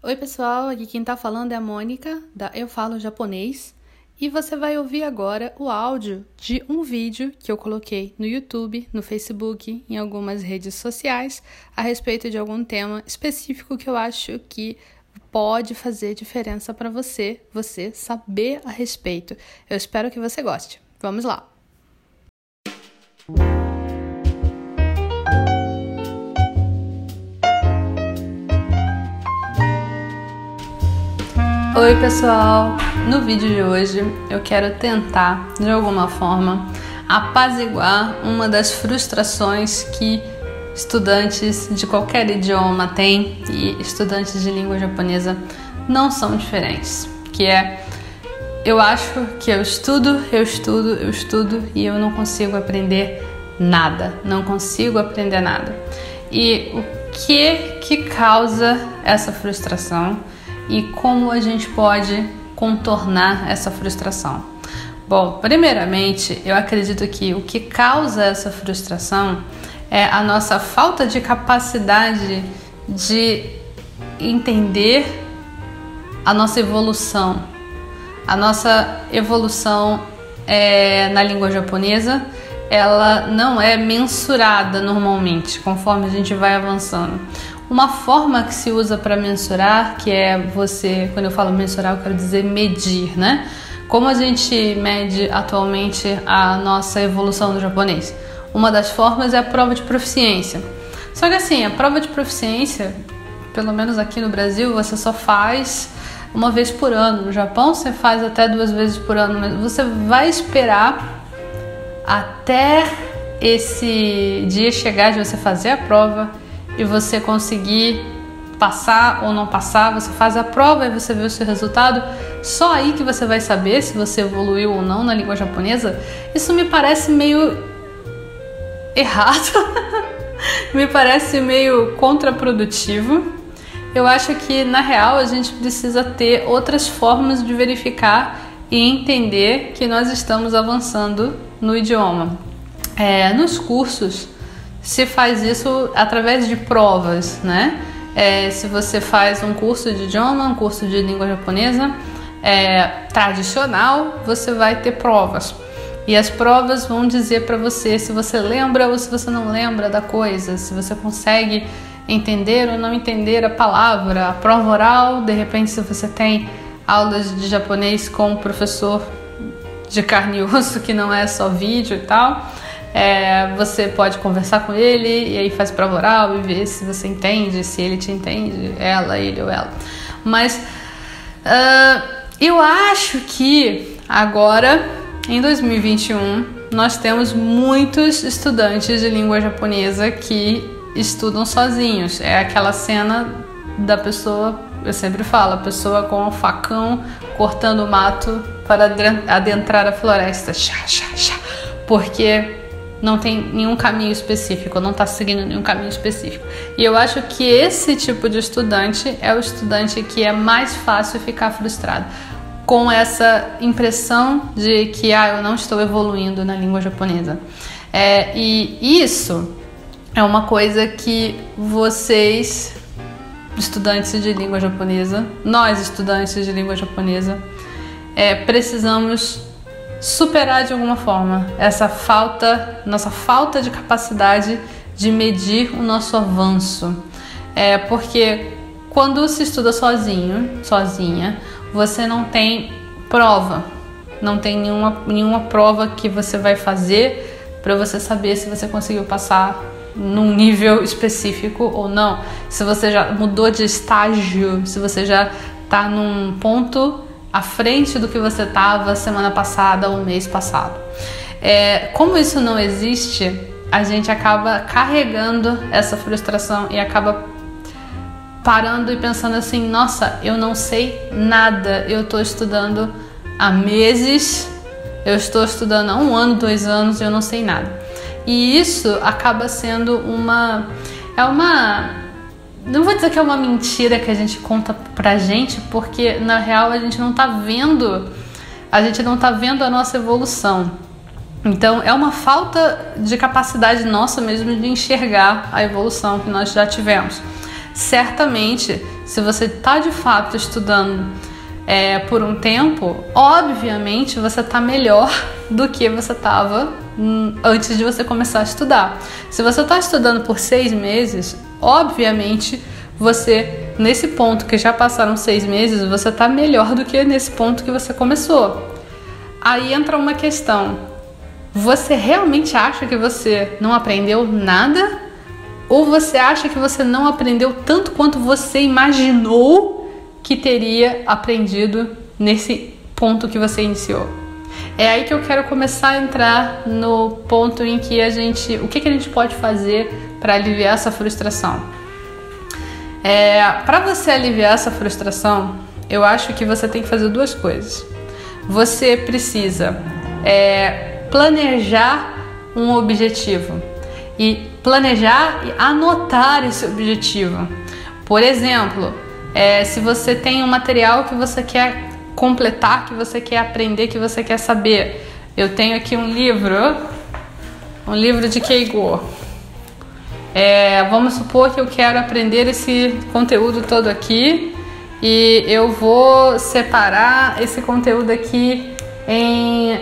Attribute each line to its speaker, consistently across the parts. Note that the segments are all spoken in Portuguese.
Speaker 1: Oi pessoal, aqui quem tá falando é a Mônica, da Eu Falo Japonês, e você vai ouvir agora o áudio de um vídeo que eu coloquei no YouTube, no Facebook, em algumas redes sociais, a respeito de algum tema específico que eu acho que pode fazer diferença para você saber a respeito. Eu espero que você goste. Vamos lá! Oi pessoal, no vídeo de hoje eu quero tentar, de alguma forma, apaziguar uma das frustrações que estudantes de qualquer idioma têm e estudantes de língua japonesa não são diferentes, que é, eu acho que eu estudo e eu não consigo aprender nada, E o que causa essa frustração? E como a gente pode contornar essa frustração? Bom, primeiramente, eu acredito que o que causa essa frustração é a nossa falta de capacidade de entender a nossa evolução. A nossa evolução na língua japonesa, ela não é mensurada normalmente, conforme a gente vai avançando. Uma forma que se usa para mensurar, que é quando eu falo mensurar, eu quero dizer medir, né? Como a gente mede atualmente a nossa evolução do japonês? Uma das formas é a prova de proficiência. Só que assim, a prova de proficiência, pelo menos aqui no Brasil, você só faz uma vez por ano. No Japão, você faz até 2 vezes por ano, mas você vai esperar até esse dia chegar de você fazer a prova e você conseguir passar ou não passar. Você faz a prova e você vê o seu resultado, só aí que você vai saber se você evoluiu ou não na língua japonesa. Isso me parece meio errado, me parece meio contraprodutivo. Eu acho que na real a gente precisa ter outras formas de verificar e entender que nós estamos avançando no idioma. Nos cursos se faz isso através de provas, né? Se você faz um curso de idioma, um curso de língua japonesa tradicional, você vai ter provas. E as provas vão dizer para você se você lembra ou se você não lembra da coisa, se você consegue entender ou não entender a palavra. A prova oral, de repente, se você tem aulas de japonês com um professor de carne e osso, que não é só vídeo e tal, você pode conversar com ele e aí faz prova oral e ver se você entende, se ele te entende, ele ou ela. Mas eu acho que agora, em 2021, nós temos muitos estudantes de língua japonesa que estudam sozinhos. É aquela cena da pessoa, eu sempre falo, a pessoa com um facão cortando o mato para adentrar a floresta, porque não tem nenhum caminho específico, não está seguindo nenhum caminho específico. E eu acho que esse tipo de estudante é o estudante que é mais fácil ficar frustrado, com essa impressão de que eu não estou evoluindo na língua japonesa. E isso é uma coisa que vocês, estudantes de língua japonesa, nós estudantes de língua japonesa, precisamos superar de alguma forma nossa falta de capacidade de medir o nosso avanço. Porque quando se estuda sozinha, você não tem prova, não tem nenhuma prova que você vai fazer para você saber se você conseguiu passar num nível específico ou não, se você já mudou de estágio, se você já está num ponto à frente do que você estava semana passada ou mês passado. Como isso não existe, a gente acaba carregando essa frustração e acaba parando e pensando assim: nossa, eu não sei nada, eu estou estudando há meses, eu estou estudando há 1 ano, 2 anos e eu não sei nada. E isso acaba sendo não vou dizer que é uma mentira que a gente conta pra gente, porque na real a gente não tá vendo a nossa evolução. Então é uma falta de capacidade nossa mesmo de enxergar a evolução que nós já tivemos. Certamente, se você está de fato estudando por um tempo, obviamente você está melhor do que você estava antes de você começar a estudar. Se você está estudando por 6 meses, obviamente você, nesse ponto que já passaram 6 meses, você está melhor do que nesse ponto que você começou. Aí entra uma questão: você realmente acha que você não aprendeu nada? Ou você acha que você não aprendeu tanto quanto você imaginou que teria aprendido nesse ponto que você iniciou? É aí que eu quero começar a entrar no ponto em que o que a gente pode fazer para aliviar essa frustração. Para você aliviar essa frustração, eu acho que você tem que fazer 2 coisas. Você precisa planejar um objetivo e planejar e anotar esse objetivo. Por exemplo, se você tem um material que você quer completar, que você quer aprender, que você quer saber. Eu tenho aqui um livro de Keigo. Vamos supor que eu quero aprender esse conteúdo todo aqui e eu vou separar esse conteúdo aqui em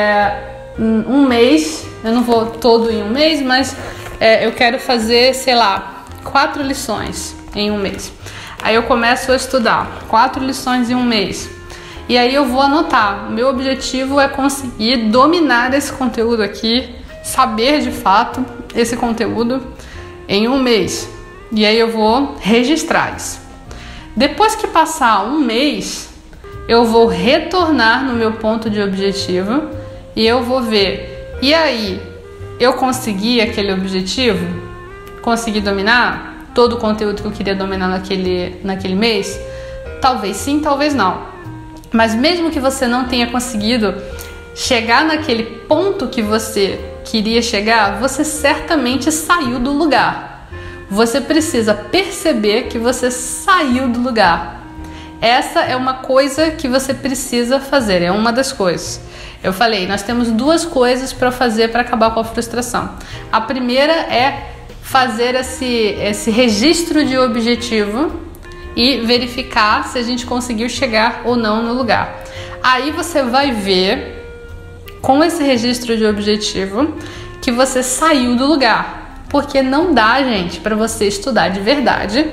Speaker 1: um mês. Eu não vou todo em um mês, mas eu quero fazer, sei lá, 4 lições em um mês. Aí eu começo a estudar 4 lições em um mês. E aí eu vou anotar. O meu objetivo é conseguir dominar esse conteúdo aqui, saber de fato esse conteúdo em um mês. E aí eu vou registrar isso. Depois que passar um mês, eu vou retornar no meu ponto de objetivo e eu vou ver. E aí, eu consegui aquele objetivo? Consegui dominar todo o conteúdo que eu queria dominar naquele mês? Talvez sim, talvez não. Mas mesmo que você não tenha conseguido chegar naquele ponto que você queria chegar, você certamente saiu do lugar. Você precisa perceber que você saiu do lugar. Essa é uma coisa que você precisa fazer, é uma das coisas. Eu falei, nós temos 2 coisas para fazer para acabar com a frustração. A primeira é fazer esse registro de objetivo e verificar se a gente conseguiu chegar ou não no lugar. Aí você vai ver, com esse registro de objetivo, que você saiu do lugar. Porque não dá, gente, para você estudar de verdade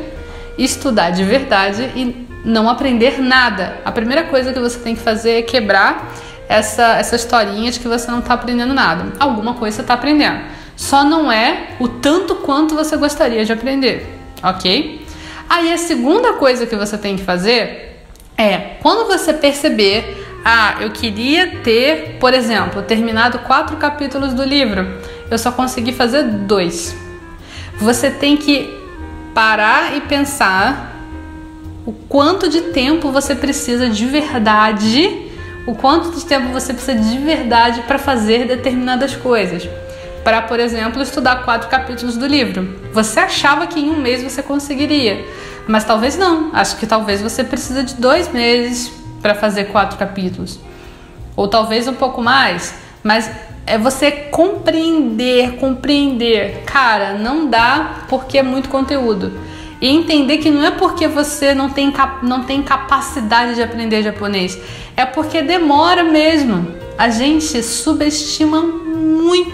Speaker 1: e não aprender nada. A primeira coisa que você tem que fazer é quebrar essa historinha de que você não está aprendendo nada. Alguma coisa você está aprendendo. Só não é o tanto quanto você gostaria de aprender, ok? Aí a segunda coisa que você tem que fazer é, quando você perceber, eu queria ter, por exemplo, terminado 4 capítulos do livro, eu só consegui fazer 2. Você tem que parar e pensar o quanto de tempo você precisa de verdade, para fazer determinadas coisas. Para, por exemplo, estudar 4 capítulos do livro. Você achava que em um mês você conseguiria, mas talvez não. Acho que talvez você precisa de 2 meses para fazer 4 capítulos. Ou talvez um pouco mais. Mas é você compreender. Cara, não dá porque é muito conteúdo. E entender que não é porque você não tem capacidade de aprender japonês. É porque demora mesmo. A gente subestima muito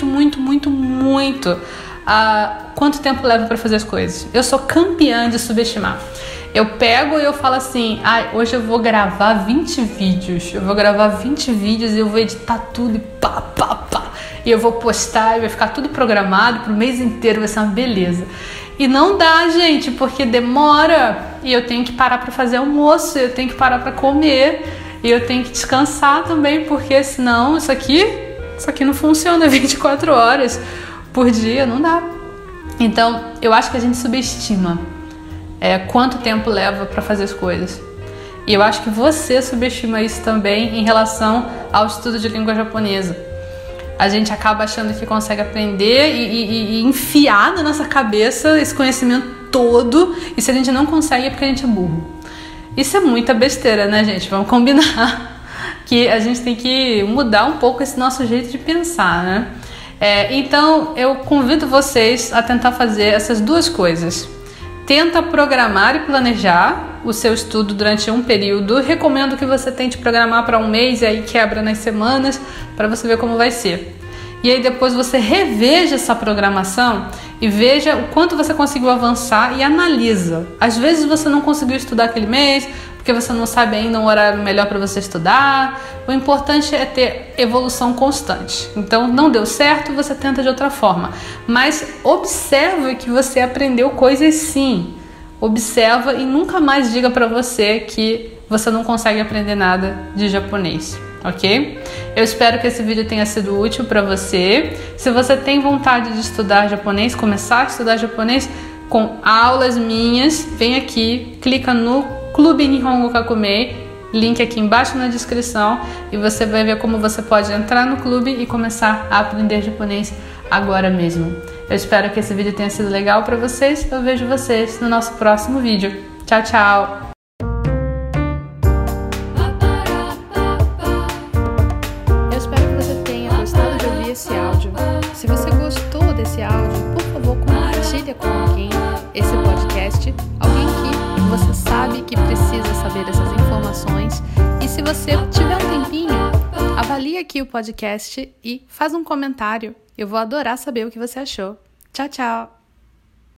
Speaker 1: quanto tempo leva para fazer as coisas. Eu sou campeã de subestimar. Eu pego e eu falo assim, hoje eu vou gravar 20 vídeos. Eu vou gravar 20 vídeos e eu vou editar tudo e pá. E eu vou postar e vai ficar tudo programado pro mês inteiro, vai ser uma beleza. E não dá, gente, porque demora. E eu tenho que parar para fazer almoço, eu tenho que parar para comer. E eu tenho que descansar também, porque senão isso aqui não funciona 24 horas por dia, não dá. Então, eu acho que a gente subestima quanto tempo leva para fazer as coisas. E eu acho que você subestima isso também em relação ao estudo de língua japonesa. A gente acaba achando que consegue aprender e enfiar na nossa cabeça esse conhecimento todo, e se a gente não consegue é porque a gente é burro. Isso é muita besteira, né, gente? Vamos combinar que a gente tem que mudar um pouco esse nosso jeito de pensar, né? Então, eu convido vocês a tentar fazer essas 2 coisas. Tenta programar e planejar o seu estudo durante um período. Recomendo que você tente programar para um mês e aí quebra nas semanas para você ver como vai ser. E aí depois você reveja essa programação e veja o quanto você conseguiu avançar e analisa. Às vezes você não conseguiu estudar aquele mês porque você não sabe ainda um horário melhor para você estudar. O importante é ter evolução constante. Então não deu certo, você tenta de outra forma. Mas observe que você aprendeu coisas sim. Observa e nunca mais diga para você que você não consegue aprender nada de japonês. Ok? Eu espero que esse vídeo tenha sido útil para você. Se você tem vontade de estudar japonês, começar a estudar japonês com aulas minhas, vem aqui, clica no Clube Nihongo Kakumei, link aqui embaixo na descrição, e você vai ver como você pode entrar no clube e começar a aprender japonês agora mesmo. Eu espero que esse vídeo tenha sido legal para vocês. Eu vejo vocês no nosso próximo vídeo. Tchau, tchau!
Speaker 2: Esse áudio. Se você gostou desse áudio, por favor, compartilhe com alguém esse podcast, alguém que você sabe que precisa saber dessas informações. E se você tiver um tempinho, avalie aqui o podcast e faz um comentário. Eu vou adorar saber o que você achou. Tchau, tchau!